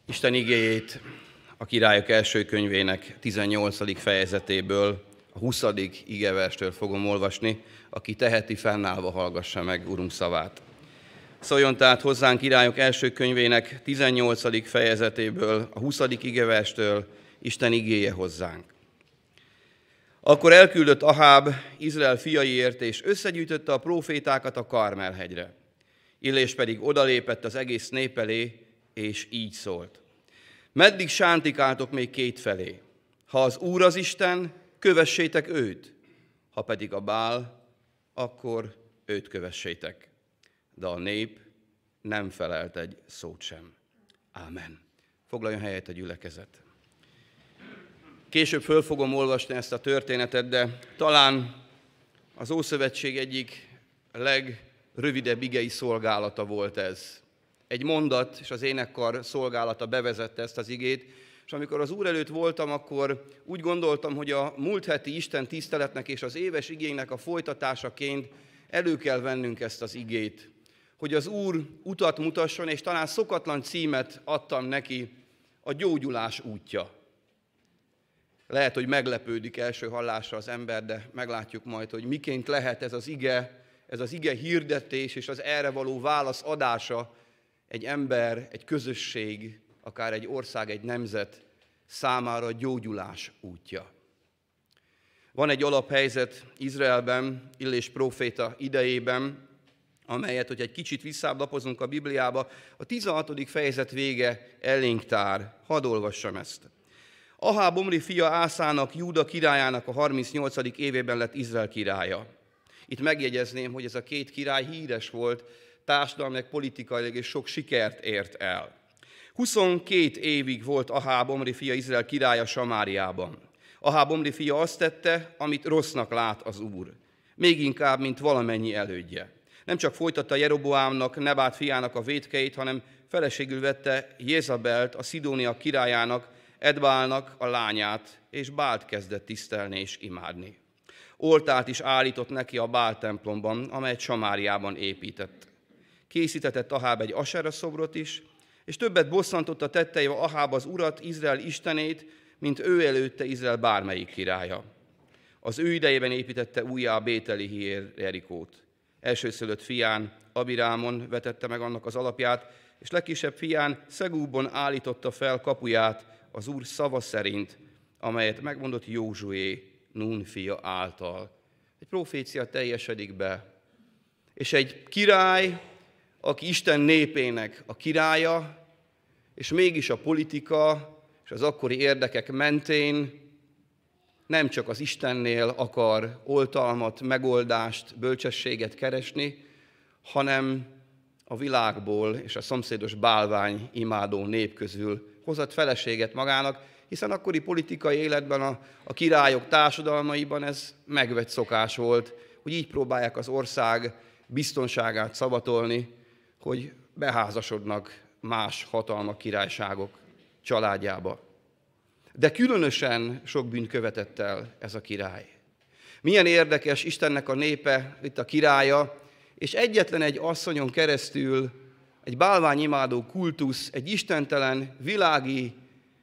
Isten igéjét a Királyok első könyvének 18. fejezetéből, a 20. igeverstől fogom olvasni. Aki teheti, fennállva hallgassa meg Urunk szavát. Szóljon tehát hozzánk Királyok első könyvének 18. fejezetéből, a 20. igeverstől Isten igéje hozzánk. Akkor elküldött Aháb Izrael fiaiért, és összegyűjtötte a prófétákat a Karmel-hegyre. Illés pedig odalépett az egész nép elé, és így szólt: meddig sántikáltok még kétfelé? Ha az Úr az Isten, kövessétek őt, ha pedig a Bál, akkor őt kövessétek. De a nép nem felelt egy szót sem. Ámen. Foglaljon helyet a gyülekezet. Később föl fogom olvasni ezt a történetet, de talán az Ószövetség egyik legrövidebb igei szolgálata volt ez. Egy mondat, és az énekkar szolgálata bevezette ezt az igét, és amikor az Úr előtt voltam, akkor úgy gondoltam, hogy a múlt heti Isten tiszteletnek és az éves igének a folytatásaként elő kell vennünk ezt az igét, hogy az Úr utat mutasson, és talán szokatlan címet adtam neki, a gyógyulás útja. Lehet, hogy meglepődik első hallásra az ember, de meglátjuk majd, hogy miként lehet ez az ige hirdetés és az erre való válasz adása egy ember, egy közösség, akár egy ország, egy nemzet számára a gyógyulás útja. Van egy alaphelyzet Izraelben, Illés próféta idejében, amelyet, hogy egy kicsit visszáblapozunk a Bibliába, a 16. fejezet vége elénk tár. Hadd olvassam ezt. Aháb Omri fia Ászának, Júda királyának a 38. évében lett Izrael királya. Itt megjegyezném, hogy ez a két király híres volt, társadalmilag, politikailag és sok sikert ért el. 22 évig volt Aháb Omri fia Izrael királya Samáriában. Aháb Omri fia azt tette, amit rossznak lát az Úr, még inkább, mint valamennyi elődje. Nem csak folytatta Jeroboámnak, Nebát fiának a vétkeit, hanem feleségül vette Jézabelt, a Szidónia királyának, Edbálnak a lányát, és Bált kezdett tisztelni és imádni. Oltárt is állított neki a Bál templomban, amelyet Samáriában épített. Készítetett Aháb egy Asera szobrot is, és többet bosszantott a tetteivel Aháb az Urat, Izrael istenét, mint ő előtte Izrael bármelyik királya. Az ő idejében építette újjá a bételi Jerikót. Elsőszülött fián, Abirámon vetette meg annak az alapját, és legkisebb fián, Szegúbon állította fel kapuját az Úr szava szerint, amelyet megmondott Józsué, Nun fia által. Egy profécia teljesedik be. És egy király, aki Isten népének a királya, és mégis a politika és az akkori érdekek mentén nem csak az Istennél akar oltalmat, megoldást, bölcsességet keresni, hanem a világból és a szomszédos bálvány imádó nép közül hozott feleséget magának, hiszen akkori politikai életben a királyok társadalmaiban ez megvett szokás volt, hogy így próbálják az ország biztonságát szavatolni, hogy beházasodnak más hatalmak, királyságok családjába. De különösen sok bűnt követett el ez a király. Milyen érdekes, Istennek a népe, itt a királya, és egyetlen egy asszonyon keresztül egy bálványimádó kultusz, egy istentelen világi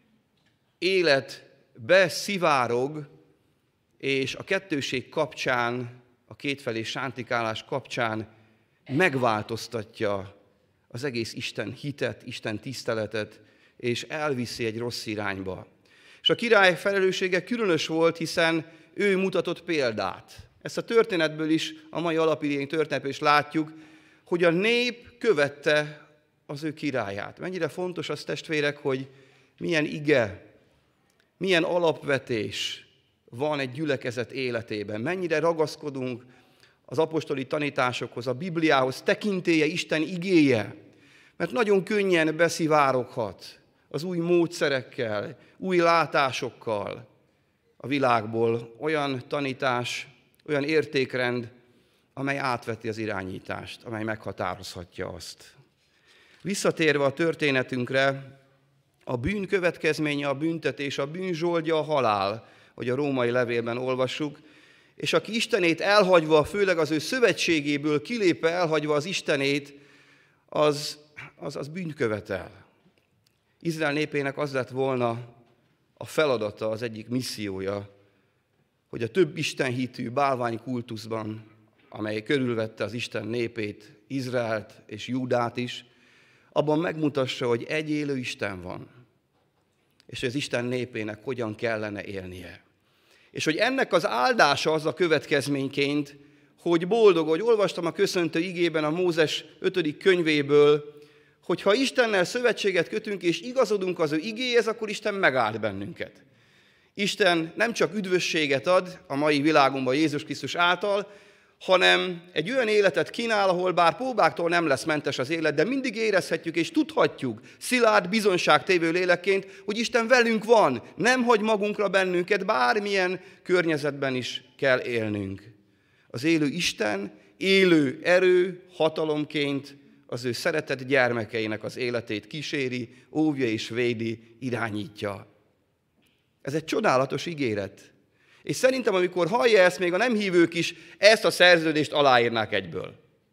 élet beszivárog, és a kettőség kapcsán, a kétfelé sántikálás kapcsán megváltoztatja az egész Isten hitet, Isten tiszteletet, és elviszi egy rossz irányba. És a király felelőssége különös volt, hiszen ő mutatott példát. Ezt a történetből is, a mai alapigény történetből is látjuk, hogy a nép követte az ő királyát. Mennyire fontos az, testvérek, hogy milyen ige, milyen alapvetés van egy gyülekezet életében. Mennyire ragaszkodunk az apostoli tanításokhoz, a Bibliához, tekintélye Isten igéje. Mert nagyon könnyen beszivároghat az új módszerekkel, új látásokkal a világból olyan tanítás, olyan értékrend, amely átveti az irányítást, amely meghatározhatja azt. Visszatérve a történetünkre, a bűn következménye a büntetés, a bűn zsoldja a halál, hogy a római levélben olvassuk, és aki Istenét elhagyva, főleg az ő szövetségéből kilépve elhagyva az Istenét, az bűnt követel. Izrael népének az lett volna a feladata, az egyik missziója, hogy a több istenhitű bálványkultuszban, amely körülvette az Isten népét, Izraelt és Júdát is, abban megmutassa, hogy egy élő Isten van, és hogy az Isten népének hogyan kellene élnie. És hogy ennek az áldása az a következményként, hogy boldog, hogy olvastam a köszöntő igében a Mózes 5. könyvéből, hogy ha Istennel szövetséget kötünk és igazodunk az ő igéhez, akkor Isten megáld bennünket. Isten nem csak üdvösséget ad a mai világunkban Jézus Krisztus által, hanem egy olyan életet kínál, ahol bár próbáktól nem lesz mentes az élet, de mindig érezhetjük és tudhatjuk szilárd bizonságtévő lélekként, hogy Isten velünk van, nem hagy magunkra bennünket, bármilyen környezetben is kell élnünk. Az élő Isten élő erő, hatalomként az ő szeretett gyermekeinek az életét kíséri, óvja és védi, irányítja. Ez egy csodálatos ígéret. És szerintem, amikor hallja ezt, még a nem hívők is ezt a szerződést aláírnák egyből.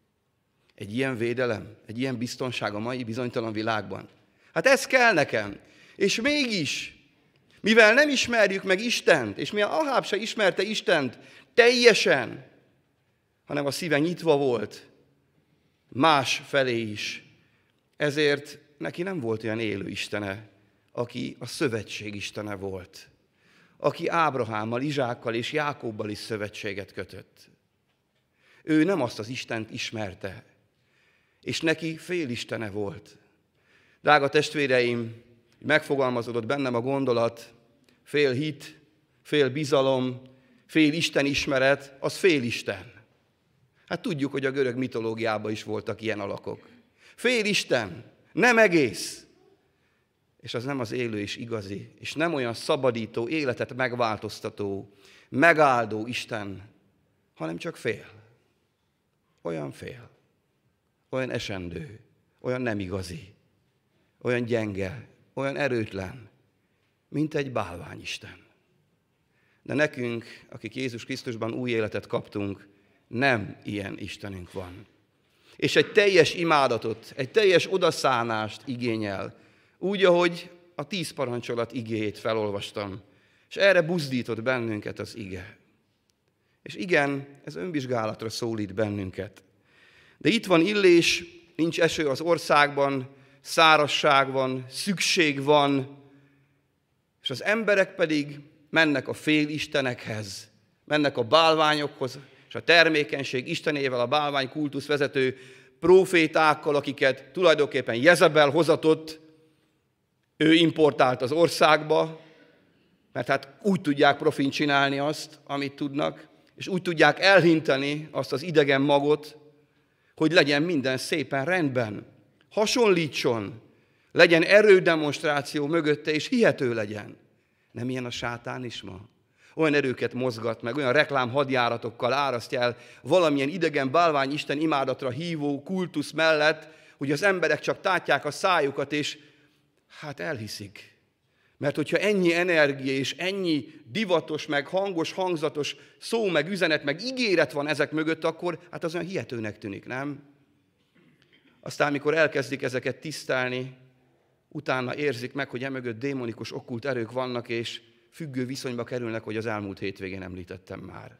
Egy ilyen védelem, egy ilyen biztonság a mai bizonytalan világban. Hát ez kell nekem. És mégis, mivel nem ismerjük meg Istent, és mivel Aháb se ismerte Istent teljesen, hanem a szíve nyitva volt más felé is, ezért neki nem volt olyan élő istene, aki a szövetség istene volt, aki Ábrahámmal, Izsákkal és Jákobbal is szövetséget kötött. Ő nem azt az Istent ismerte, és neki félistene volt. Drága testvéreim, megfogalmazódott bennem a gondolat, fél hit, fél bizalom, fél Isten ismeret, az fél Isten. Hát tudjuk, hogy a görög mitológiában is voltak ilyen alakok. Fél Isten, nem egész. És az nem az élő és igazi, és nem olyan szabadító, életet megváltoztató, megáldó Isten, hanem csak fél. Olyan fél, olyan esendő, olyan nem igazi, olyan gyenge, olyan erőtlen, mint egy bálványisten. De nekünk, akik Jézus Krisztusban új életet kaptunk, nem ilyen Istenünk van. És egy teljes imádatot, egy teljes odaszánást igényel, úgy, ahogy a 10 parancsolat igéjét felolvastam, és erre buzdított bennünket az ige. És igen, ez önvizsgálatra szólít bennünket. De itt van illés, nincs eső az országban, szárazság van, szükség van, és az emberek pedig mennek a félistenekhez, mennek a bálványokhoz, és a termékenység istenével, a bálványkultusz vezető prófétákkal, akiket tulajdonképpen Jezebel hozatott, ő importált az országba, mert hát úgy tudják profint csinálni azt, amit tudnak, és úgy tudják elhinteni azt az idegen magot, hogy legyen minden szépen rendben, hasonlítson, legyen erődemonstráció mögötte, és hihető legyen. Nem ilyen a sátán is ma? Olyan erőket mozgat meg, olyan reklám hadjáratokkal árasztja el valamilyen idegen bálvány Isten imádatra hívó kultusz mellett, hogy az emberek csak tátják a szájukat, és hát elhiszik. Mert hogyha ennyi energia és ennyi divatos, meg hangos, hangzatos szó, meg üzenet, meg ígéret van ezek mögött, akkor hát az olyan hihetőnek tűnik, nem? Aztán, mikor elkezdik ezeket tisztelni, utána érzik meg, hogy emögött démonikus, okkult erők vannak, és függő viszonyba kerülnek, hogy az elmúlt hétvégén említettem már.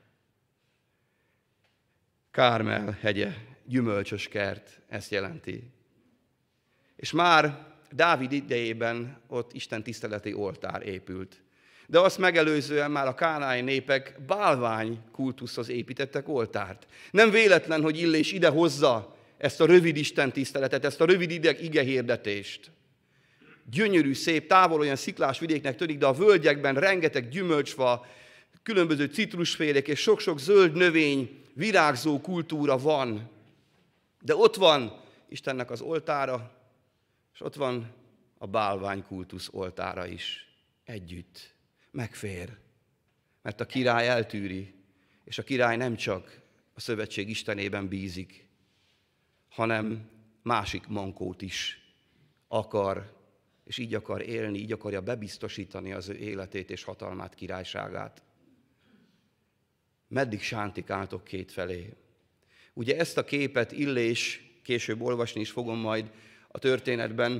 Kármel hegye, gyümölcsös kert, ezt jelenti. És már Dávid idejében ott Isten tiszteleti oltár épült. De azt megelőzően már a kánaáni népek bálvány kultuszhoz építettek oltárt. Nem véletlen, hogy Illés ide hozza ezt a rövid Isten tiszteletet, ezt a rövid igehirdetést. Gyönyörű, szép, távol olyan sziklás vidéknek tűnik, de a völgyekben rengeteg gyümölcsfa, különböző citrusfélék és sok-sok zöld növény, virágzó kultúra van. De ott van Istennek az oltára, és ott van a bálványkultusz oltára is. Együtt. Megfér. Mert a király eltűri, és a király nem csak a szövetség Istenében bízik, hanem másik mankót is akar, és így akar élni, így akarja bebiztosítani az ő életét és hatalmát, királyságát. Meddig sántikáltok kétfelé? Ugye ezt a képet Illés, később olvasni is fogom majd a történetben,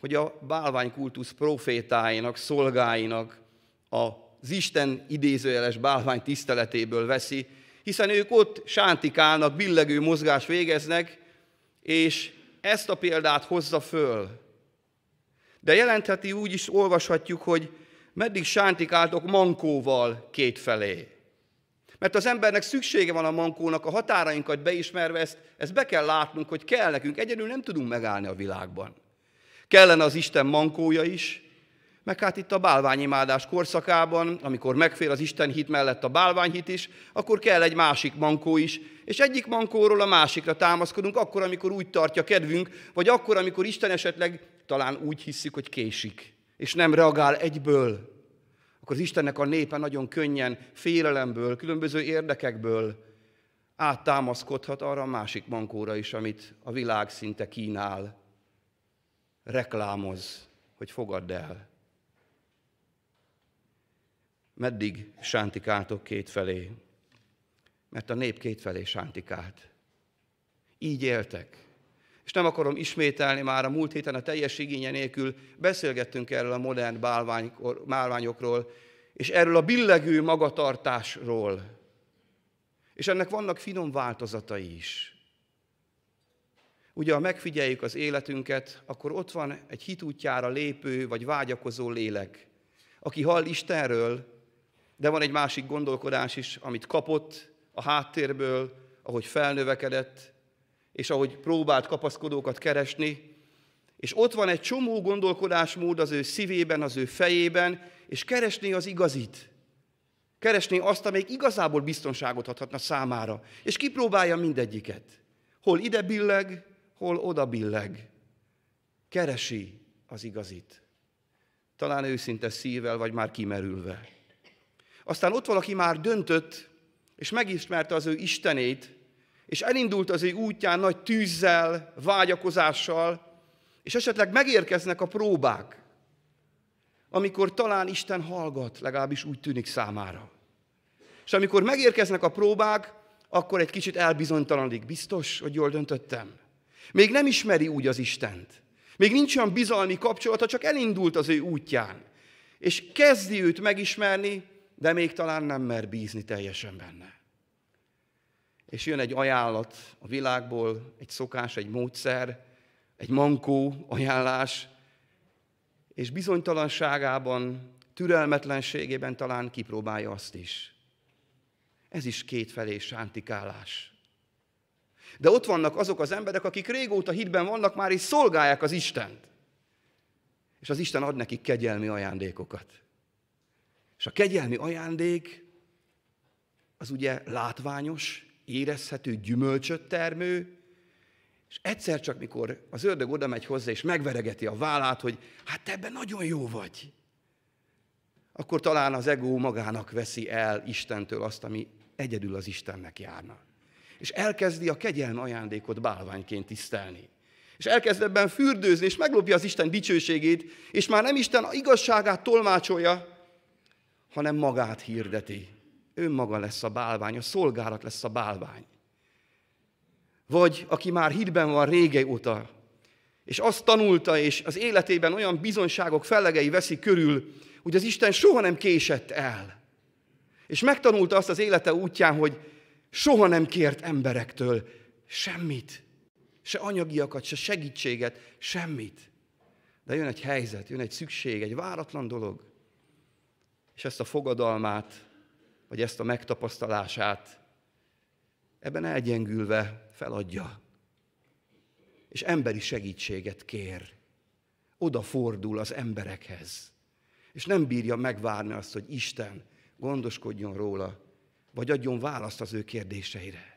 hogy a bálványkultusz profétáinak, szolgáinak az Isten idézőjeles bálvány tiszteletéből veszi, hiszen ők ott sántikálnak, billegő mozgást végeznek, és ezt a példát hozza föl. De jelentheti, úgy is olvashatjuk, hogy meddig sántikáltok mankóval kétfelé. Mert az embernek szüksége van a mankónak, a határainkat beismerve, ezt be kell látnunk, hogy kell nekünk. Egyedül nem tudunk megállni a világban. Kellene az Isten mankója is, meg hát itt a bálványimádás korszakában, amikor megfér az Isten hit mellett a bálványhit is, akkor kell egy másik mankó is, és egyik mankóról a másikra támaszkodunk, akkor, amikor úgy tartja kedvünk, vagy akkor, amikor Isten esetleg talán úgy hisszük, hogy késik, és nem reagál egyből. Akkor az Istennek a népe nagyon könnyen félelemből, különböző érdekekből áttámaszkodhat arra a másik mankóra is, amit a világ szinte kínál, reklámoz, hogy fogadd el. Meddig sántikáltok kétfelé? Mert a nép kétfelé sántikált. Így éltek. És nem akarom ismételni, már a múlt héten a teljes igénye nélkül beszélgettünk erről a modern bálványokról, és erről a billegő magatartásról. És ennek vannak finom változatai is. Ugye, ha megfigyeljük az életünket, akkor ott van egy hit útjára lépő vagy vágyakozó lélek, aki hall Istenről, de van egy másik gondolkodás is, amit kapott a háttérből, ahogy felnövekedett, és ahogy próbált kapaszkodókat keresni, és ott van egy csomó gondolkodásmód az ő szívében, az ő fejében, és keresni az igazit. Keresni azt, amelyik igazából biztonságot adhatna számára. És kipróbálja mindegyiket. Hol ide billeg, hol oda billeg. Keresi az igazit. Talán őszinte szívvel, vagy már kimerülve. Aztán ott valaki már döntött, és megismerte az ő Istenét, és elindult az ő útján nagy tűzzel, vágyakozással, és esetleg megérkeznek a próbák, amikor talán Isten hallgat, legalábbis úgy tűnik számára. És amikor megérkeznek a próbák, akkor egy kicsit elbizonytalanodik. Biztos, hogy jól döntöttem? Még nem ismeri úgy az Istent. Még nincs olyan bizalmi kapcsolata, csak elindult az ő útján. És kezdi őt megismerni, de még talán nem mer bízni teljesen benne. És jön egy ajánlat a világból, egy szokás, egy módszer, egy mankó ajánlás, és bizonytalanságában, türelmetlenségében talán kipróbálja azt is. Ez is kétfelé sántikálás. De ott vannak azok az emberek, akik régóta hitben vannak már, és szolgálják az Istent. És az Isten ad nekik kegyelmi ajándékokat. És a kegyelmi ajándék az ugye látványos, érezhető gyümölcsöt termő, és egyszer csak, mikor az ördög oda megy hozzá, és megveregeti a vállát, hogy hát te ebben nagyon jó vagy, akkor talán az ego magának veszi el Istentől azt, ami egyedül az Istennek járna. És elkezdi a kegyelmi ajándékot bálványként tisztelni. És elkezd ebben fürdőzni, és meglopja az Isten dicsőségét, és már nem Isten igazságát tolmácsolja, hanem magát hirdeti. Önmaga lesz a bálvány, a szolgálat lesz a bálvány. Vagy aki már hitben van régóta, és azt tanulta, és az életében olyan bizonyságok fellegei veszik körül, hogy az Isten soha nem késett el. És megtanulta azt az élete útján, hogy soha nem kért emberektől semmit, se anyagiakat, se segítséget, semmit. De jön egy helyzet, jön egy szükség, egy váratlan dolog, és ezt a fogadalmát, vagy ezt a megtapasztalását ebben elgyengülve feladja. És emberi segítséget kér. Odafordul az emberekhez. És nem bírja megvárni azt, hogy Isten gondoskodjon róla, vagy adjon választ az ő kérdéseire.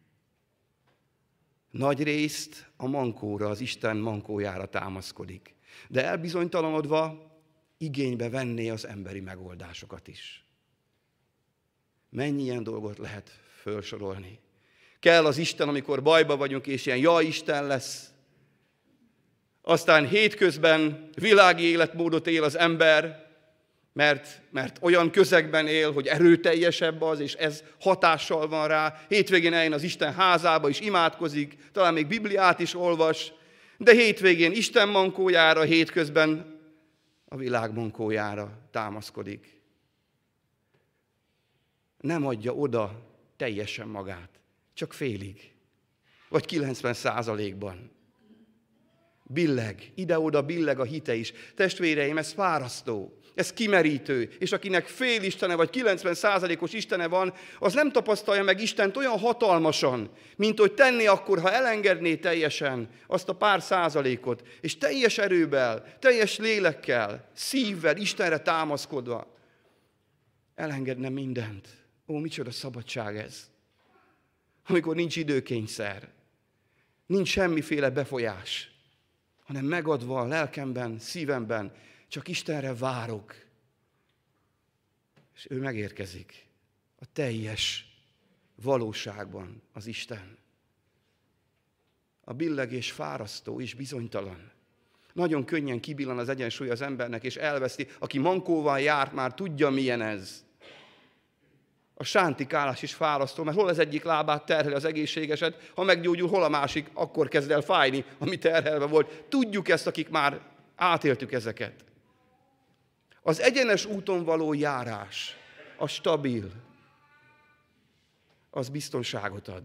Nagy részt a mankóra, az Isten mankójára támaszkodik. De elbizonytalanodva igénybe venné az emberi megoldásokat is. Mennyi ilyen dolgot lehet felsorolni? Kell az Isten, amikor bajba vagyunk, és ilyen ja, Isten lesz. Aztán hétközben világi életmódot él az ember, mert olyan közegben él, hogy erőteljesebb az, és ez hatással van rá. Hétvégén eljön az Isten házába, és imádkozik, talán még Bibliát is olvas, De hétvégén Isten mankójára, hétközben a világ mankójára támaszkodik. Nem adja oda teljesen magát, csak félig, vagy 90%-ban. Billeg, ide-oda billeg a hite is. Testvéreim, ez fárasztó, ez kimerítő, és akinek fél istene vagy 90%-os istene van, az nem tapasztalja meg Istent olyan hatalmasan, mint hogy tenni akkor, ha elengedné teljesen azt a pár százalékot, és teljes erővel, teljes lélekkel, szívvel, Istenre támaszkodva elengedne mindent. Ó, micsoda szabadság ez! Amikor nincs időkényszer, nincs semmiféle befolyás, hanem megadva a lelkemben, szívemben, csak Istenre várok. És ő megérkezik a teljes valóságban az Isten. A billegés fárasztó és bizonytalan. Nagyon könnyen kibillan az egyensúly az embernek, és elveszti. Aki mankóval járt, már tudja, milyen ez. A sántikálás is fárasztó, mert hol az egyik lábát terheli az egészségeset, ha meggyógyul, hol a másik, akkor kezd el fájni, ami terhelve volt. Tudjuk ezt, akik már átéltük ezeket. Az egyenes úton való járás, a stabil, az biztonságot ad.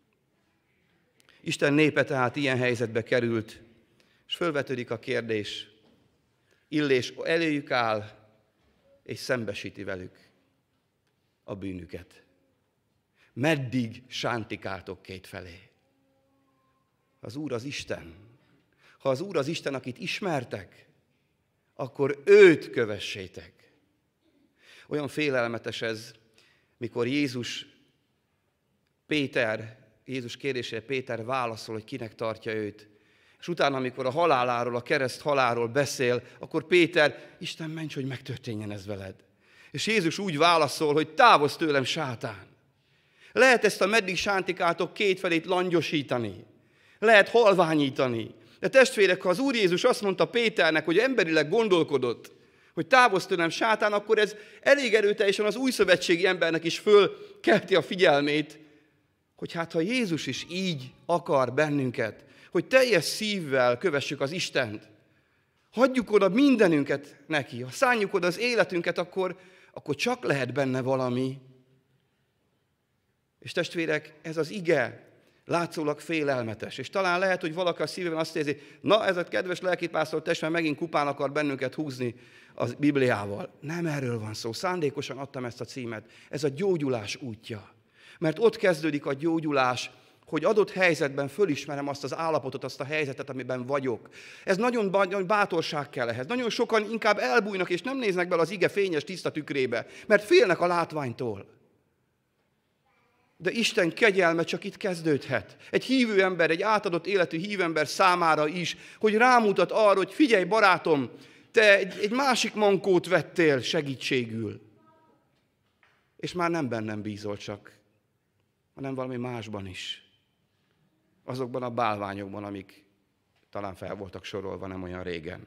Isten népe tehát ilyen helyzetbe került, és fölvetődik a kérdés, Illés eléjük áll, és szembesíti velük a bűnüket. Meddig sántikáltok kétfelé? Az Úr az Isten. Ha az Úr az Isten, akit ismertek, akkor őt kövessétek. Olyan félelmetes ez, mikor Jézus kérdésére Péter válaszol, hogy kinek tartja őt. És utána, amikor a haláláról, a kereszt halálról beszél, akkor Péter, Isten ments, hogy megtörténjen ez veled. És Jézus úgy válaszol, hogy távozz tőlem, sátán. Lehet ezt a meddig sántikáltok kétfelét langyosítani. Lehet halványítani. De testvérek, ha az Úr Jézus azt mondta Péternek, hogy emberileg gondolkodott, hogy távozz tőlem, sátán, akkor ez elég erőteljesen az újszövetségi embernek is fölkelti a figyelmét, hogy hát ha Jézus is így akar bennünket, hogy teljes szívvel kövessük az Istent, hagyjuk oda mindenünket neki, ha szánjuk oda az életünket, akkor csak lehet benne valami. És testvérek, ez az ige látszólag félelmetes, és talán lehet, hogy valaki a szívében azt érzi, na ez a kedves lelkipásztor testvér megint kupán akar bennünket húzni a Bibliával. Nem erről van szó, szándékosan adtam ezt a címet. Ez a gyógyulás útja. Mert ott kezdődik a gyógyulás, hogy adott helyzetben fölismerem azt az állapotot, azt a helyzetet, amiben vagyok. Ez nagyon bátorság kell ehhez. Nagyon sokan inkább elbújnak, és nem néznek bele az ige fényes, tiszta tükrébe, mert félnek a látványtól. De Isten kegyelme csak itt kezdődhet. Egy hívő ember, egy átadott életű hívember számára is, hogy rámutat arra, hogy figyelj barátom, te egy másik mankót vettél segítségül. És már nem bennem bízol csak, hanem valami másban is. Azokban a bálványokban, amik talán fel voltak sorolva nem olyan régen.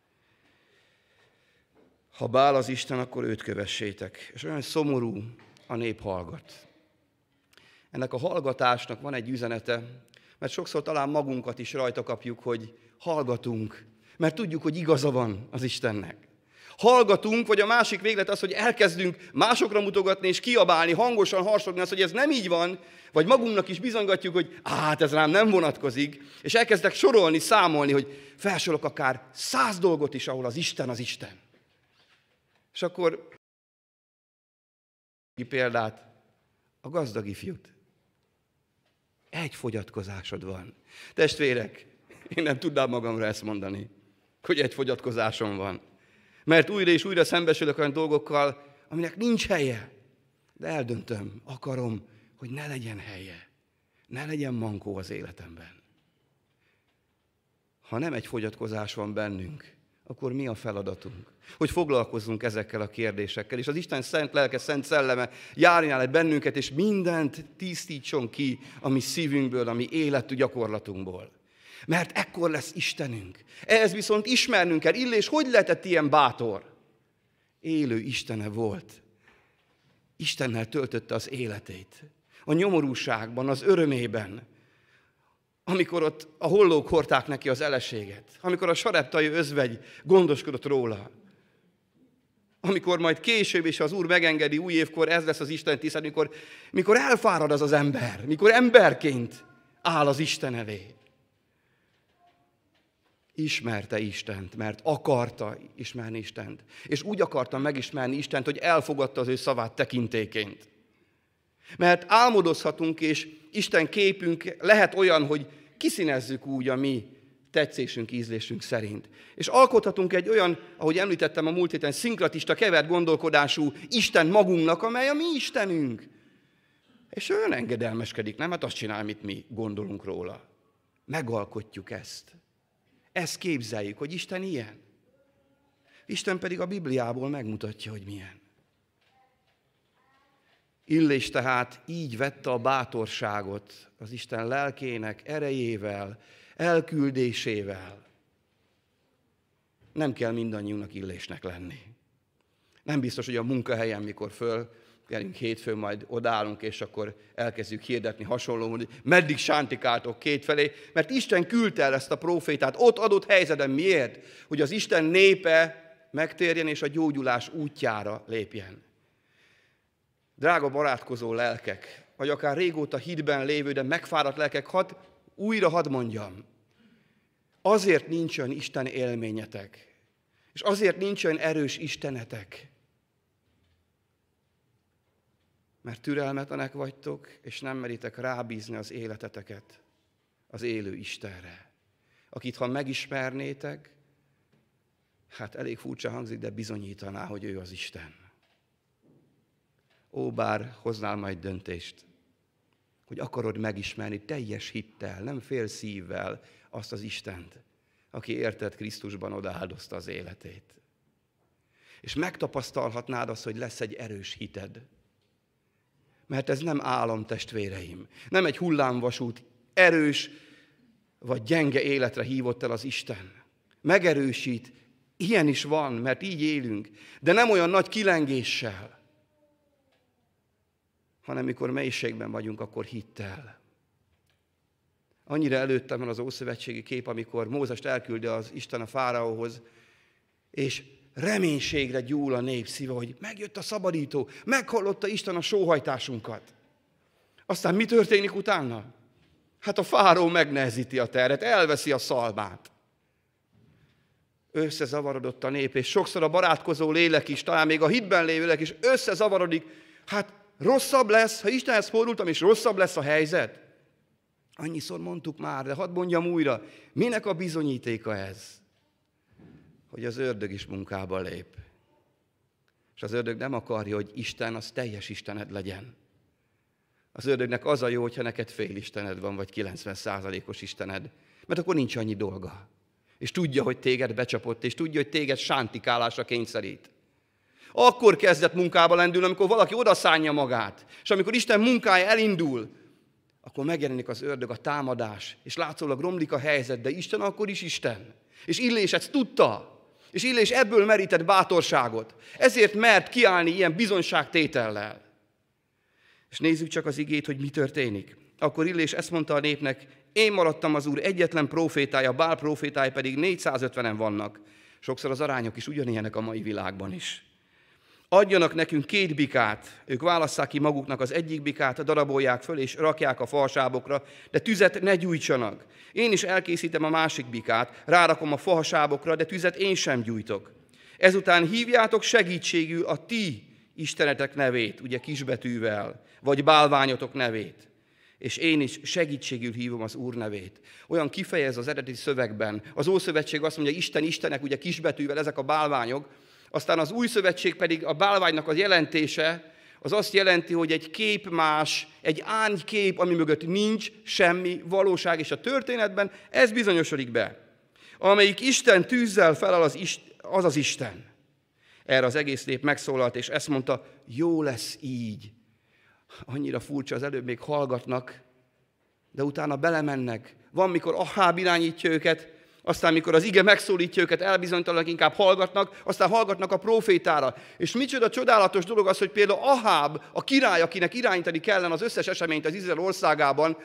Ha Bál az Isten, akkor őt kövessétek. És olyan szomorú, a nép hallgat. Ennek a hallgatásnak van egy üzenete, mert sokszor talán magunkat is rajta kapjuk, hogy hallgatunk, mert tudjuk, hogy igaza van az Istennek. Hallgatunk, vagy a másik véglet az, hogy elkezdünk másokra mutogatni és kiabálni, hangosan harsogni azt, hogy ez nem így van, vagy magunknak is bizonygatjuk, hogy hát ez rám nem vonatkozik, és elkezdek sorolni, számolni, hogy felsorolok akár 100 dolgot is, ahol az Isten az Isten. És akkor példát, a gazdag ifjút. Egy fogyatkozásod van. Testvérek, én nem tudnám magamra ezt mondani, hogy egy fogyatkozásom van. Mert újra és újra szembesülök olyan dolgokkal, aminek nincs helye. De eldöntöm, akarom, hogy ne legyen helye. Ne legyen mankó az életemben. Ha nem egy fogyatkozás van bennünk, akkor mi a feladatunk? Hogy foglalkozzunk ezekkel a kérdésekkel, és az Isten szent lelke, szent szelleme járjon el bennünket, és mindent tisztítson ki a mi szívünkből, a mi életű gyakorlatunkból. Mert ekkor lesz Istenünk. Ehhez viszont ismernünk kell. Illés hogy lehetett ilyen bátor? Élő Istene volt. Istennel töltötte az életét. A nyomorúságban, az örömében. amikor ott a hollók hordták neki az eleséget, amikor a sareptai özvegy gondoskodott róla, amikor majd később is az Úr megengedi új évkor, ez lesz az Isten tisztelet, mikor elfárad az ember, mikor emberként áll az Isten elé. Ismerte Istent, mert akarta ismerni Istent. És úgy akarta megismerni Istent, hogy elfogadta az ő szavát tekintélyként. Mert álmodozhatunk, és Isten képünk lehet olyan, hogy kiszínezzük úgy a mi tetszésünk, ízlésünk szerint. És alkothatunk egy olyan, ahogy említettem a múlt héten, szinkratista, kevert gondolkodású Isten magunknak, amely a mi Istenünk. És olyan engedelmeskedik, nem? Hát azt csinál, amit mi gondolunk róla. Megalkotjuk ezt. Ezt képzeljük, hogy Isten ilyen. Isten pedig a Bibliából megmutatja, hogy milyen. Illés tehát így vette a bátorságot az Isten lelkének erejével, elküldésével. Nem kell mindannyiunknak Illésnek lenni. Nem biztos, hogy a munkahelyen, mikor fölkelünk hétfőn, majd odállunk, és akkor elkezdjük hirdetni hasonló, hogy meddig sántikáltok kétfelé, mert Isten küldte el ezt a prófétát ott adott helyzetben. Miért? Hogy az Isten népe megtérjen, és a gyógyulás útjára lépjen. Drága barátkozó lelkek, vagy akár régóta hitben lévő, de megfáradt lelkek, hadd mondjam, azért nincs olyan Isten élményetek, és azért nincs olyan erős Istenetek, mert türelmetlenek vagytok, és nem meritek rábízni az életeteket az élő Istenre, akit ha megismernétek, hát elég furcsa hangzik, de bizonyítaná, hogy ő az Isten. Ó, bár hoznál majd döntést, hogy akarod megismerni teljes hittel, nem fél szívvel azt az Istent, aki érted Krisztusban odaáldozta az életét. És megtapasztalhatnád azt, hogy lesz egy erős hited. Mert ez nem álom, testvéreim. Nem egy hullámvasút, erős vagy gyenge életre hívott el az Isten. Megerősít, ilyen is van, mert így élünk, de nem olyan nagy kilengéssel, hanem mikor mélységben vagyunk, akkor hittel. Annyira előttem van az ószövetségi kép, amikor Mózest elküldi az Isten a fáraóhoz, és reménységre gyúl a nép szíve, hogy megjött a szabadító, meghallotta Isten a sóhajtásunkat. Aztán mi történik utána? Hát a fáraó megnehezíti a terhet, elveszi a szalmát. Összezavarodott a nép, és sokszor a barátkozó lélek is, talán még a hitben lévő lélek is összezavarodik. Hát rosszabb lesz, ha Istenhez fordultam, és rosszabb lesz a helyzet. Annyiszor mondtuk már, de hadd mondjam újra, minek a bizonyítéka ez? Hogy az ördög is munkába lép. És az ördög nem akarja, hogy Isten az teljes Istened legyen. Az ördögnek az a jó, hogyha neked fél Istened van, vagy 90%-os Istened, mert akkor nincs annyi dolga. És tudja, hogy téged becsapott, és tudja, hogy téged sántikálásra kényszerít. Akkor kezdett munkába lendülni, amikor valaki odaszánja magát, és amikor Isten munkája elindul, akkor megjelenik az ördög, a támadás, és látszólag romlik a helyzet, de Isten akkor is Isten. És Illés ezt tudta, és Illés ebből merített bátorságot. Ezért mert kiállni ilyen bizonyságtétellel. És nézzük csak az igét, hogy mi történik. Akkor Illés ezt mondta a népnek, én maradtam az Úr egyetlen prófétája, Bál prófétája pedig 450-en vannak. Sokszor az arányok is ugyanilyenek a mai világban is. Adjanak nekünk 2 bikát, ők válasszák ki maguknak az egyik bikát, darabolják föl és rakják a fahasábokra, de tüzet ne gyújtsanak. Én is elkészítem a másik bikát, rárakom a fahasábokra, de tüzet én sem gyújtok. Ezután hívjátok segítségül a ti istenetek nevét, ugye kisbetűvel, vagy bálványotok nevét. És én is segítségül hívom az Úr nevét. Olyan kifejez az eredeti szövegben. Az Ószövetség azt mondja, Isten, Istenek, ugye kisbetűvel ezek a bálványok. Aztán az Új Szövetség pedig a bálványnak a jelentése, az azt jelenti, hogy egy képmás, egy árnykép, ami mögött nincs semmi valóság, és a történetben ez bizonyosodik be. Amelyik Isten tűzzel felel, az az Isten. Erre az egész nép megszólalt, és ezt mondta, jó lesz így. Annyira furcsa, az előbb még hallgatnak, de utána belemennek. Van, mikor Aháb irányítja őket, aztán, mikor az ige megszólítja őket, elbizonytalanak, inkább hallgatnak, aztán hallgatnak a prófétára. És micsoda csodálatos dolog az, hogy például Aháb, a király, akinek irányítani kellene az összes eseményt az Izrael országában,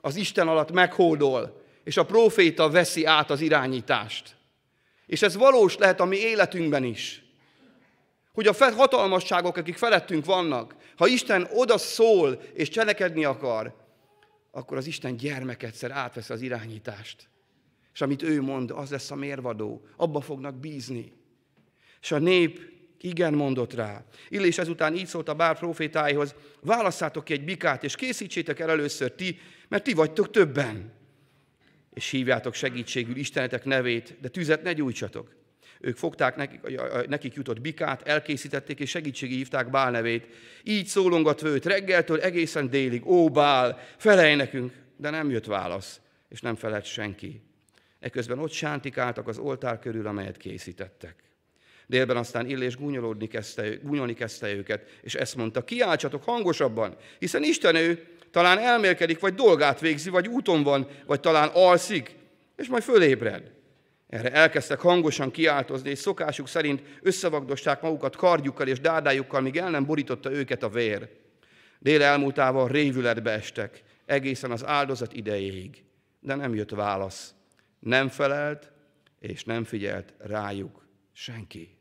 az Isten alatt meghódol, és a próféta veszi át az irányítást. És ez valós lehet a mi életünkben is. Hogy a hatalmasságok, akik felettünk vannak, ha Isten oda szól és cselekedni akar, akkor az Isten gyermek egyszer átvesz az irányítást. És amit ő mond, az lesz a mérvadó. Abba fognak bízni. És a nép igen mondott rá. Illés ezután így szólt a Bál prófétáihoz: válasszátok ki egy bikát, és készítsétek el először ti, mert ti vagytok többen. És hívjátok segítségül Istenetek nevét, de tüzet ne gyújtsatok. Ők fogták nekik jutott bikát, elkészítették, és segítségül hívták Bál nevét. Így szólongatva őt reggeltől egészen délig: ó Bál, felelj nekünk! De nem jött válasz, és nem felelt senki. Eközben ott sántikáltak az oltár körül, amelyet készítettek. Délben aztán Illés gúnyolni kezdte őket, és ezt mondta: kiáltsatok hangosabban, hiszen Isten ő talán elmélkedik, vagy dolgát végzi, vagy úton van, vagy talán alszik, és majd fölébred. Erre elkezdtek hangosan kiáltozni, és szokásuk szerint összevagdosták magukat kardjukkal és dárdájukkal, míg el nem borította őket a vér. Dél elmúltával révületbe estek, egészen az áldozat idejéig, de nem jött válasz. Nem felelt, és nem figyelt rájuk senki.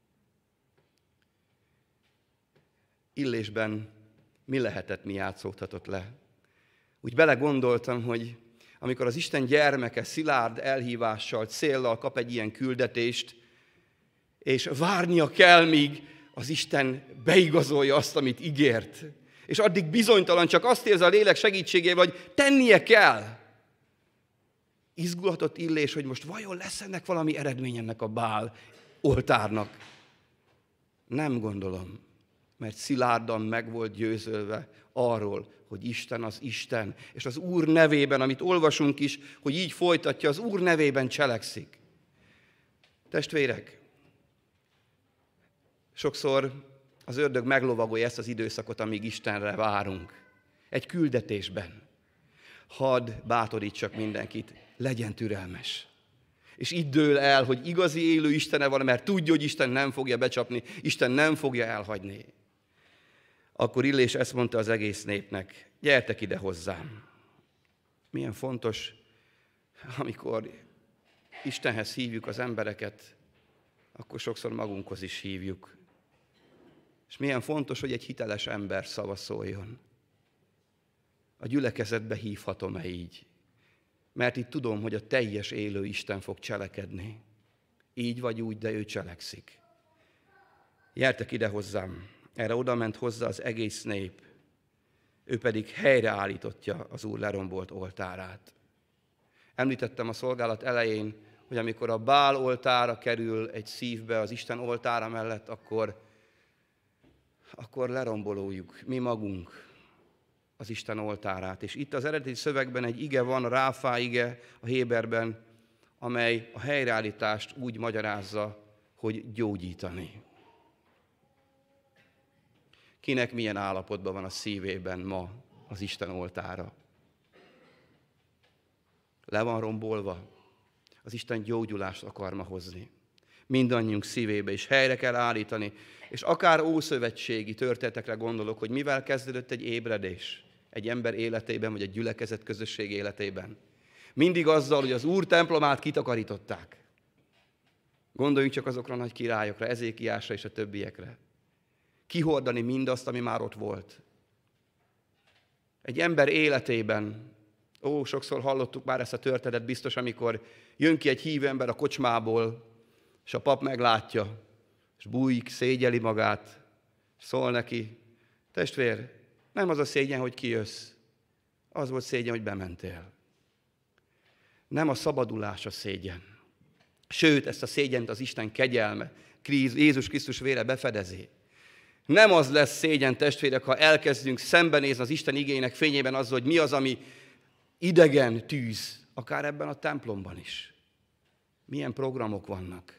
Illésben mi lehetett, mi játszódhatott le? Úgy belegondoltam, hogy amikor az Isten gyermeke szilárd elhívással, céllal kap egy ilyen küldetést, és várnia kell, míg az Isten beigazolja azt, amit ígért. És addig bizonytalan, csak azt érzi a lélek segítségével, hogy tennie kell. Izgulhatott Illés, hogy most vajon lesz ennek valami eredmény ennek a Bál oltárnak. Nem gondolom, mert szilárdan meg volt győzölve arról, hogy Isten az Isten, és az Úr nevében, amit olvasunk is, hogy így folytatja, az Úr nevében cselekszik. Testvérek, sokszor az ördög meglovagolja ezt az időszakot, amíg Istenre várunk. Egy küldetésben. Hadd bátorítsak mindenkit, legyen türelmes. És itt dől el, hogy igazi élő Istene van, mert tudja, hogy Isten nem fogja becsapni, Isten nem fogja elhagyni. Akkor Illés ezt mondta az egész népnek: gyertek ide hozzám. Milyen fontos, amikor Istenhez hívjuk az embereket, akkor sokszor magunkhoz is hívjuk. És milyen fontos, hogy egy hiteles ember szava szóljon. A gyülekezetbe hívhatom-e így? Mert itt tudom, hogy a teljes élő Isten fog cselekedni. Így vagy úgy, de ő cselekszik. Gyertek ide hozzám. Erre oda ment hozzá az egész nép. Ő pedig helyreállítottja az Úr lerombolt oltárát. Említettem a szolgálat elején, hogy amikor a Bál oltára kerül egy szívbe az Isten oltára mellett, akkor lerombolójuk mi magunk az Isten oltárát. És itt az eredeti szövegben egy ige van, a ráfá ige a héberben, amely a helyreállítást úgy magyarázza, hogy gyógyítani. Kinek milyen állapotban van a szívében ma az Isten oltára? Le van rombolva? Az Isten gyógyulást akar ma hozni. Mindannyiunk szívébe is helyre kell állítani. És akár ószövetségi történetekre gondolok, hogy mivel kezdődött egy ébredés egy ember életében, vagy egy gyülekezet közösség életében. Mindig azzal, hogy az Úr templomát kitakarították. Gondoljunk csak azokra a nagy királyokra, Ezékiásra és a többiekre. Kihordani mindazt, ami már ott volt. Egy ember életében, sokszor hallottuk már ezt a történetet biztos, amikor jön ki egy hívő ember a kocsmából, és a pap meglátja, és bújik, szégyeli magát, szól neki: testvér, nem az a szégyen, hogy kijössz, az volt szégyen, hogy bementél. Nem a szabadulás a szégyen. Sőt, ezt a szégyent az Isten kegyelme, Jézus Krisztus vére befedezi. Nem az lesz szégyen, testvérek, ha elkezdünk szembenézni az Isten igének fényében azzal, hogy mi az, ami idegen tűz, akár ebben a templomban is. Milyen programok vannak,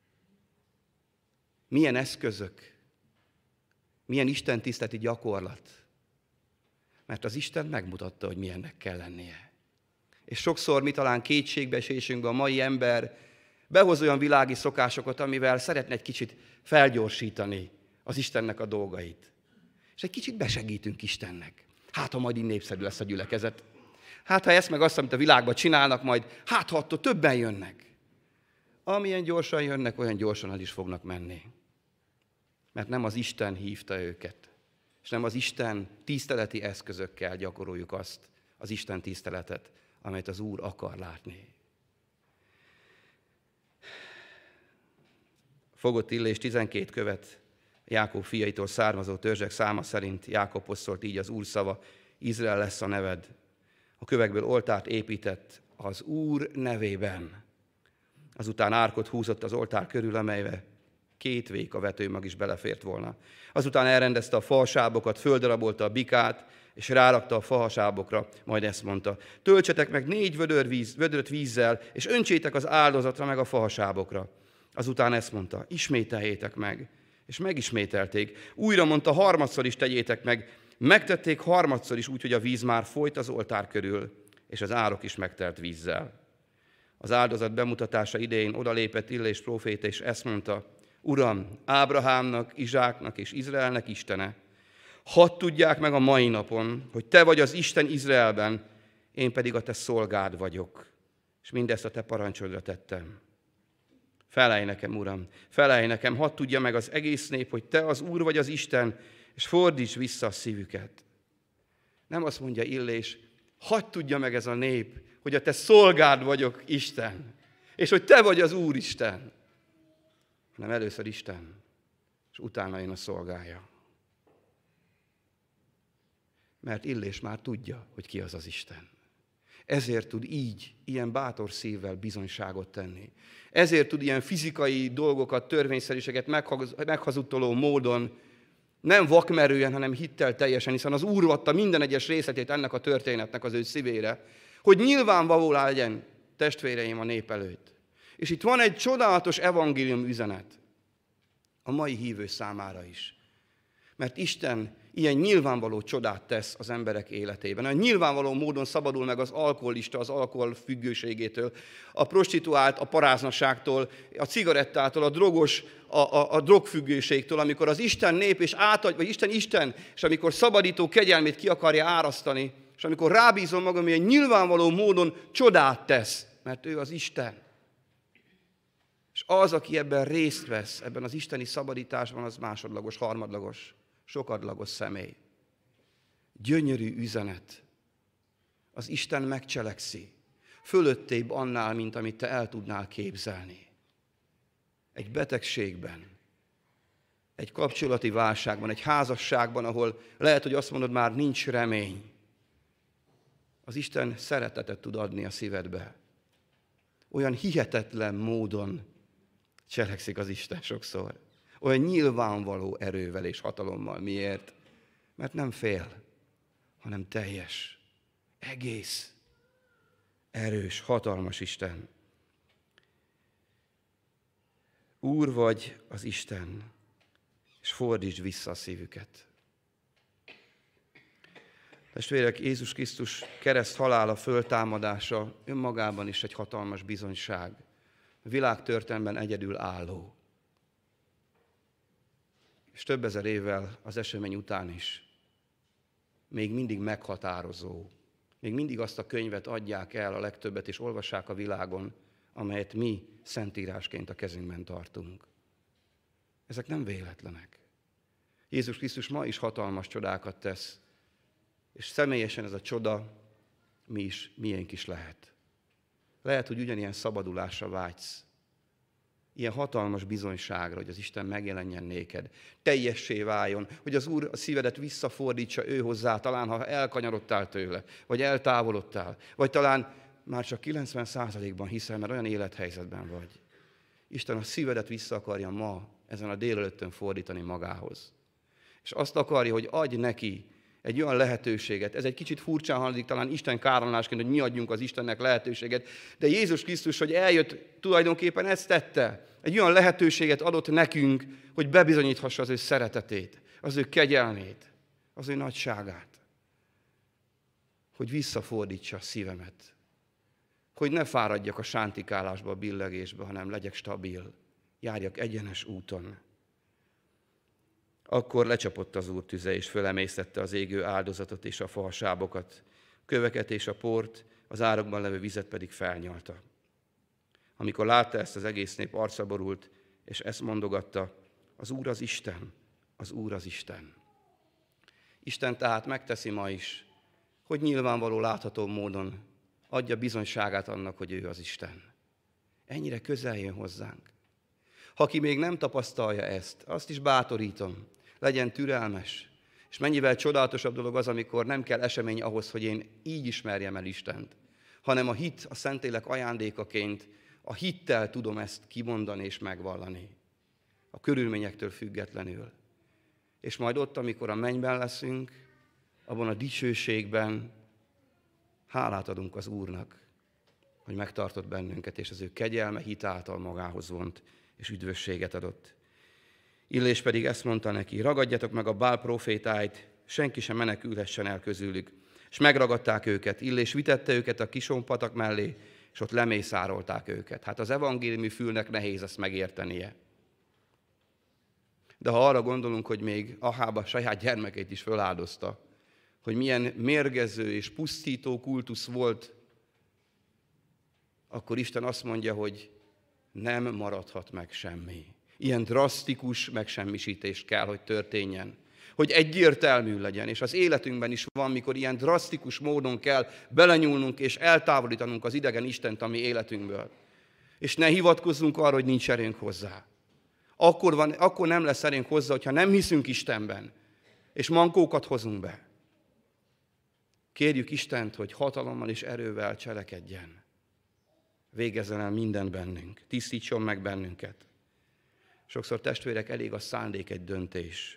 milyen eszközök, milyen istentiszteleti gyakorlat. Mert az Isten megmutatta, hogy milyennek kell lennie. És sokszor mi talán kétségbeesésünkben a mai ember behoz olyan világi szokásokat, amivel szeretne egy kicsit felgyorsítani az Istennek a dolgait. És egy kicsit besegítünk Istennek. Hát, ha majd így népszerű lesz a gyülekezet. Hát, ha ezt meg azt, amit a világban csinálnak, majd hát, ha attól többen jönnek. Amilyen gyorsan jönnek, olyan gyorsan el is fognak menni. Mert nem az Isten hívta őket, és nem az Isten tiszteleti eszközökkel gyakoroljuk azt, az Isten tiszteletet, amelyet az Úr akar látni. Fogott Illés 12 követ, Jákob fiaitól származó törzsek száma szerint Jákobhoz szólt így az Úr szava, Izrael lesz a neved. A kövekből oltárt épített az Úr nevében. Azután árkot húzott az oltár körül, amelybe 2 véka vetőmag is belefért volna. Azután elrendezte a fahasábokat, földarabolta a bikát, és rárakta a fahasábokra, majd ezt mondta, töltsetek meg 4 vödröt vízzel, és öntsétek az áldozatra meg a fahasábokra. Azután ezt mondta, ismételjétek meg, és megismételték. Újra mondta, harmadszor is tegyétek meg. Megtették harmadszor is úgy, hogy a víz már folyt az oltár körül, és az árok is megtelt vízzel. Az áldozat bemutatása idején odalépett Illés próféta, és ezt mondta, Uram, Ábrahámnak, Izsáknak és Izraelnek Istene, hadd tudják meg a mai napon, hogy te vagy az Isten Izraelben, én pedig a te szolgád vagyok, és mindezt a te parancsodra tettem. Felelj nekem, Uram, felelj nekem, hadd tudja meg az egész nép, hogy te az Úr vagy az Isten, és fordíts vissza a szívüket. Nem azt mondja Illés, hadd tudja meg ez a nép, hogy a te szolgád vagyok, Isten, és hogy te vagy az Úristen, hanem először Isten, és utána jön a szolgája. Mert Illés már tudja, hogy ki az az Isten. Ezért tud így, ilyen bátor szívvel bizonyságot tenni. Ezért tud ilyen fizikai dolgokat, törvényszerűséget meghazudtoló módon, nem vakmerően, hanem hittel teljesen, hiszen az Úr adta minden egyes részletét ennek a történetnek az ő szívére, hogy nyilvánvaló legyen, testvéreim, a nép előtt. És itt van egy csodálatos evangélium üzenet a mai hívő számára is. Mert Isten ilyen nyilvánvaló csodát tesz az emberek életében. A nyilvánvaló módon szabadul meg az alkoholista az alkoholfüggőségétől, a prostituált a paráznaságtól, a cigarettától, a drogos a drogfüggőségtől, amikor az Isten nép és vagy Isten, és amikor szabadító kegyelmét ki akarja árasztani, és amikor rábízom magam, hogy egy nyilvánvaló módon csodát tesz, mert ő az Isten. És az, aki ebben részt vesz, ebben az isteni szabadításban, az másodlagos, harmadlagos, sokadlagos személy. Gyönyörű üzenet. Az Isten megcselekszi. Fölöttébb annál, mint amit te el tudnál képzelni. Egy betegségben, egy kapcsolati válságban, egy házasságban, ahol lehet, hogy azt mondod, már nincs remény. Az Isten szeretetet tud adni a szívedbe. Olyan hihetetlen módon cselekszik az Isten sokszor. Olyan nyilvánvaló erővel és hatalommal. Miért? Mert nem fél, hanem teljes, egész, erős, hatalmas Isten. Úr vagy az Isten, és fordítsd vissza a szívüket. Testvérek, Jézus Krisztus kereszt halála, föltámadása önmagában is egy hatalmas bizonyság. A világtörténelemben egyedül álló. És több ezer évvel az esemény után is még mindig meghatározó. Még mindig azt a könyvet adják el a legtöbbet, és olvassák a világon, amelyet mi szentírásként a kezünkben tartunk. Ezek nem véletlenek. Jézus Krisztus ma is hatalmas csodákat tesz, és személyesen ez a csoda miénk is lehet. Lehet, hogy ugyanilyen szabadulásra vágysz. Ilyen hatalmas bizonyságra, hogy az Isten megjelenjen néked. Teljessé váljon, hogy az Úr a szívedet visszafordítsa ő hozzá, talán ha elkanyarodtál tőle, vagy eltávolodtál, vagy talán már csak 90%-ban hiszel, mert olyan élethelyzetben vagy. Isten a szívedet vissza akarja ma, ezen a délelőttön fordítani magához. És azt akarja, hogy adj neki egy olyan lehetőséget. Ez egy kicsit furcsán hangzik, talán Isten káromlásként, hogy mi adjunk az Istennek lehetőséget, de Jézus Krisztus, hogy eljött, tulajdonképpen ezt tette. Egy olyan lehetőséget adott nekünk, hogy bebizonyíthassa az ő szeretetét, az ő kegyelmét, az ő nagyságát. Hogy visszafordítsa a szívemet. Hogy ne fáradjak a sántikálásba, a billegésbe, hanem legyek stabil. Járjak egyenes úton. Akkor lecsapott az Úr tüze, és fölemésztette az égő áldozatot és a fahasábokat. köveket és a port, az árokban levő vizet pedig felnyalta. Amikor látta ezt, az egész nép arcra borult, és ezt mondogatta, az Úr az Isten, az Úr az Isten. Isten tehát megteszi ma is, hogy nyilvánvaló, látható módon adja bizonyságát annak, hogy ő az Isten. Ennyire közel jön hozzánk. Ha ki még nem tapasztalja ezt, azt is bátorítom, legyen türelmes. És mennyivel csodálatosabb dolog az, amikor nem kell esemény ahhoz, hogy én így ismerjem el Istent, hanem a hit a Szentlélek ajándékaként, a hittel tudom ezt kimondani és megvallani. A körülményektől függetlenül. És majd ott, amikor a mennyben leszünk, abban a dicsőségben hálát adunk az Úrnak, hogy megtartott bennünket, és az ő kegyelme hit által magához vont, és üdvösséget adott. Illés pedig ezt mondta neki, ragadjatok meg a Bál profétáit, senki sem menekülhessen el közülük. És megragadták őket, Illés vitette őket a Kison-patak mellé, és ott lemészárolták őket. Hát az evangéliumi fülnek nehéz ezt megértenie. De ha arra gondolunk, hogy még Aháb a saját gyermekeit is föláldozta, hogy milyen mérgező és pusztító kultusz volt, akkor Isten azt mondja, hogy nem maradhat meg semmi. Ilyen drasztikus megsemmisítés kell, hogy történjen. Hogy egyértelmű legyen, és az életünkben is van, mikor ilyen drasztikus módon kell belenyúlnunk és eltávolítanunk az idegen Istent a mi életünkből. És ne hivatkozzunk arra, hogy nincs erőnk hozzá. Akkor nem lesz erőnk hozzá, hogyha nem hiszünk Istenben, és mankókat hozunk be. Kérjük Istent, hogy hatalommal és erővel cselekedjen. Végezzen el mindent bennünk, tisztítson meg bennünket. Sokszor, testvérek, elég a szándék, egy döntés.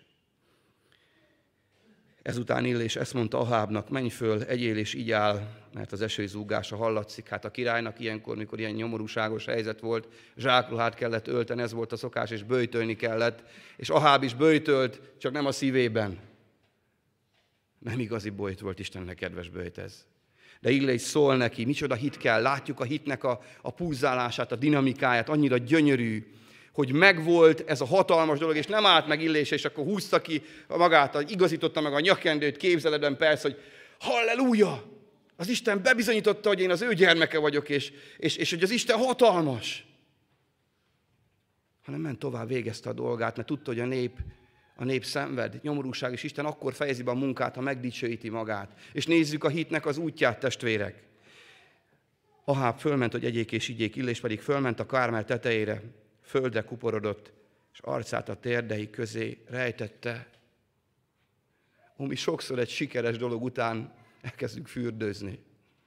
Ezután Illés ezt mondta Ahábnak, menj föl, egyél és igyál, mert az eső zúgása hallatszik. Hát a királynak ilyenkor, mikor ilyen nyomorúságos helyzet volt, zsákruhát kellett ölteni, ez volt a szokás, és böjtölni kellett. És Aháb is böjtölt, csak nem a szívében. Nem igazi böjt volt, Istennek kedves böjt ez. De Illés szól neki, micsoda hit kell, látjuk a hitnek a pulzálását, a dinamikáját, annyira gyönyörű, hogy megvolt ez a hatalmas dolog, és nem állt meg Illés, és akkor húzta ki magát, igazította meg a nyakendőt, képzeletben persze, hogy halleluja! Az Isten bebizonyította, hogy én az ő gyermeke vagyok, és hogy az Isten hatalmas. Hanem ment tovább, végezte a dolgát, mert tudta, hogy a nép szenved, nyomorúság, és Isten akkor fejezi be a munkát, ha megdicsőíti magát. És nézzük a hitnek az útját, testvérek. Aháb fölment, hogy egyék és igyék, Illés pedig fölment a Kármel tetejére, földre kuporodott, és arcát a térdei közé rejtette. Mi sokszor egy sikeres dolog után elkezdünk fürdőzni.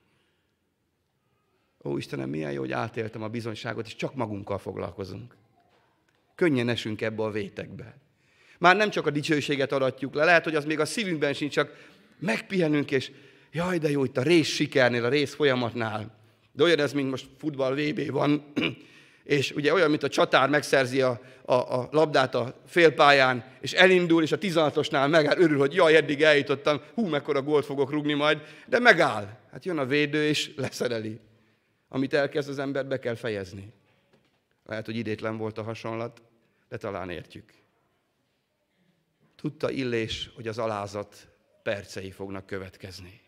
Ó, Istenem, milyen jó, hogy átéltem a bizonyságot, és csak magunkkal foglalkozunk. Könnyen esünk ebbe a vétekbe. Már nem csak a dicsőséget aratjuk le, lehet, hogy az még a szívünkben sincs, csak megpihenünk, és jaj, de jó, itt a rész sikernél, a rész folyamatnál. De olyan ez, mint most futball VB van, és ugye olyan, mint a csatár megszerzi a labdát a félpályán, és elindul, és a 16-osnál megáll, örül, hogy jaj, eddig eljutottam, mekkora gólt fogok rúgni majd, de megáll. Hát jön a védő, és leszereli. Amit elkezd az ember, be kell fejezni. Lehet, hogy idétlen volt a hasonlat, de talán értjük. Tudta Illés, hogy az alázat percei fognak következni.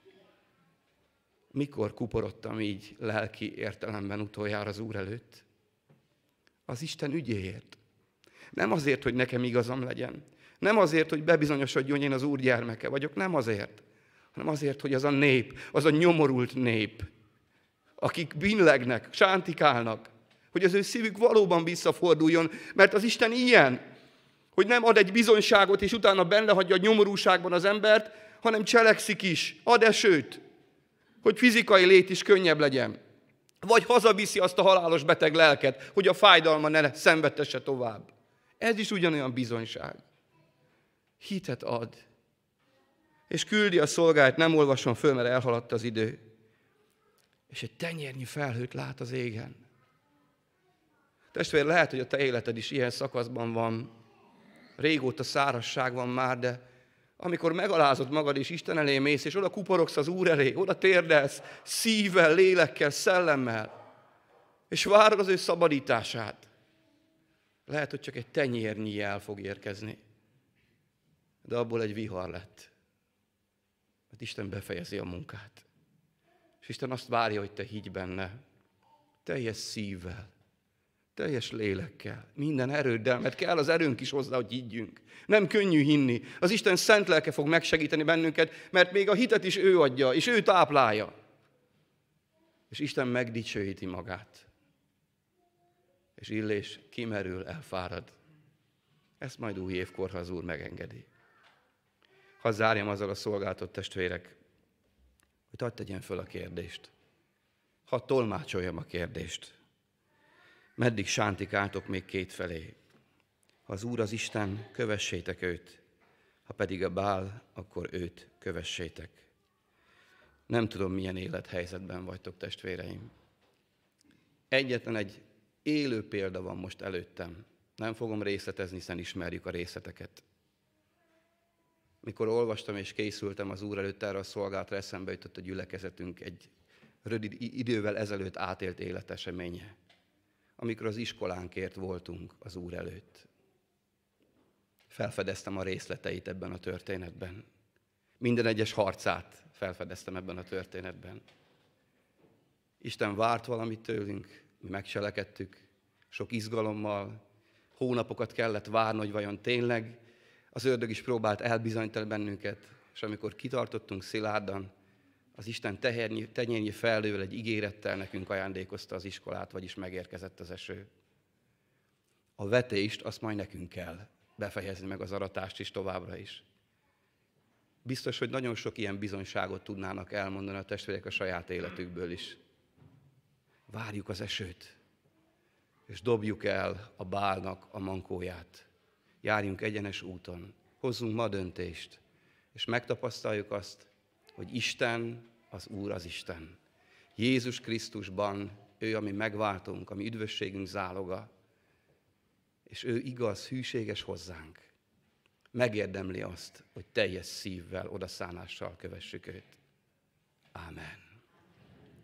Mikor kuporodtam így lelki értelemben utoljára az Úr előtt? Az Isten ügyéért. Nem azért, hogy nekem igazam legyen. Nem azért, hogy bebizonyosodjon, hogy én az Úr gyermeke vagyok. Nem azért. Hanem azért, hogy az a nép, az a nyomorult nép, akik bínlegnek, sántikálnak, hogy az ő szívük valóban visszaforduljon, mert az Isten ilyen, hogy nem ad egy bizonyságot, és utána benne hagyja a nyomorúságban az embert, hanem cselekszik is, ad esőt, hogy fizikai lét is könnyebb legyen. Vagy hazaviszi azt a halálos beteg lelket, hogy a fájdalma ne szenvedtesse tovább. Ez is ugyanolyan bizonyság. Hitet ad. És küldi a szolgáját, nem olvasom föl, mert elhaladt az idő. És egy tenyérnyi felhőt lát az égen. Testvér, lehet, hogy a te életed is ilyen szakaszban van. Régóta szárazság van már, de amikor megalázod magad, és Isten elé mész, és oda kuporogsz az Úr elé, oda térdelsz szívvel, lélekkel, szellemmel, és várod az ő szabadítását. Lehet, hogy csak egy tenyérnyi jel fog érkezni, de abból egy vihar lett. Mert Isten befejezi a munkát. És Isten azt várja, hogy te higgy benne, teljes szívvel, teljes lélekkel, minden erőddel, mert kell az erőnk is hozzá, hogy higgyünk. Nem könnyű hinni. Az Isten szent lelke fog megsegíteni bennünket, mert még a hitet is ő adja, és ő táplálja. És Isten megdicsőíti magát. És Illés kimerül, elfárad. Ezt majd új évkor, ha az Úr megengedi. Hadd zárjam azzal a szolgálatot, testvérek, hogy hadd tegyen föl a kérdést. Hadd tolmácsoljam a kérdést. Meddig sántikáltok még kétfelé? Ha az Úr az Isten, kövessétek őt, ha pedig a Bál, akkor őt kövessétek. Nem tudom, milyen élethelyzetben vagytok, testvéreim. Egyetlen egy élő példa van most előttem. Nem fogom részletezni, hiszen ismerjük a részleteket. Mikor olvastam és készültem az Úr előtt erre a szolgálatra, eszembe jutott a gyülekezetünk egy rövid idővel ezelőtt átélt életeseménye, amikor az iskolánkért voltunk az Úr előtt. Felfedeztem a részleteit ebben a történetben. Minden egyes harcát felfedeztem ebben a történetben. Isten várt valamit tőlünk, mi megcselekedtük, sok izgalommal, hónapokat kellett várni, hogy vajon tényleg. Az ördög is próbált elbizonyítani bennünket, és amikor kitartottunk szilárdan, az Isten tenyérnyi fellővel egy ígérettel nekünk ajándékozta az iskolát, vagyis megérkezett az eső. A vetést azt majd nekünk kell befejezni, meg az aratást is továbbra is. Biztos, hogy nagyon sok ilyen bizonyságot tudnának elmondani a testvérek a saját életükből is. Várjuk az esőt, és dobjuk el a Bálnak a mankóját. Járjunk egyenes úton, hozzunk ma döntést, és megtapasztaljuk azt, hogy Isten, az Úr az Isten. Jézus Krisztusban ő, ami megváltunk, ami üdvösségünk záloga, és ő igaz, hűséges hozzánk. Megérdemli azt, hogy teljes szívvel, odaszánással kövessük őt. Ámen.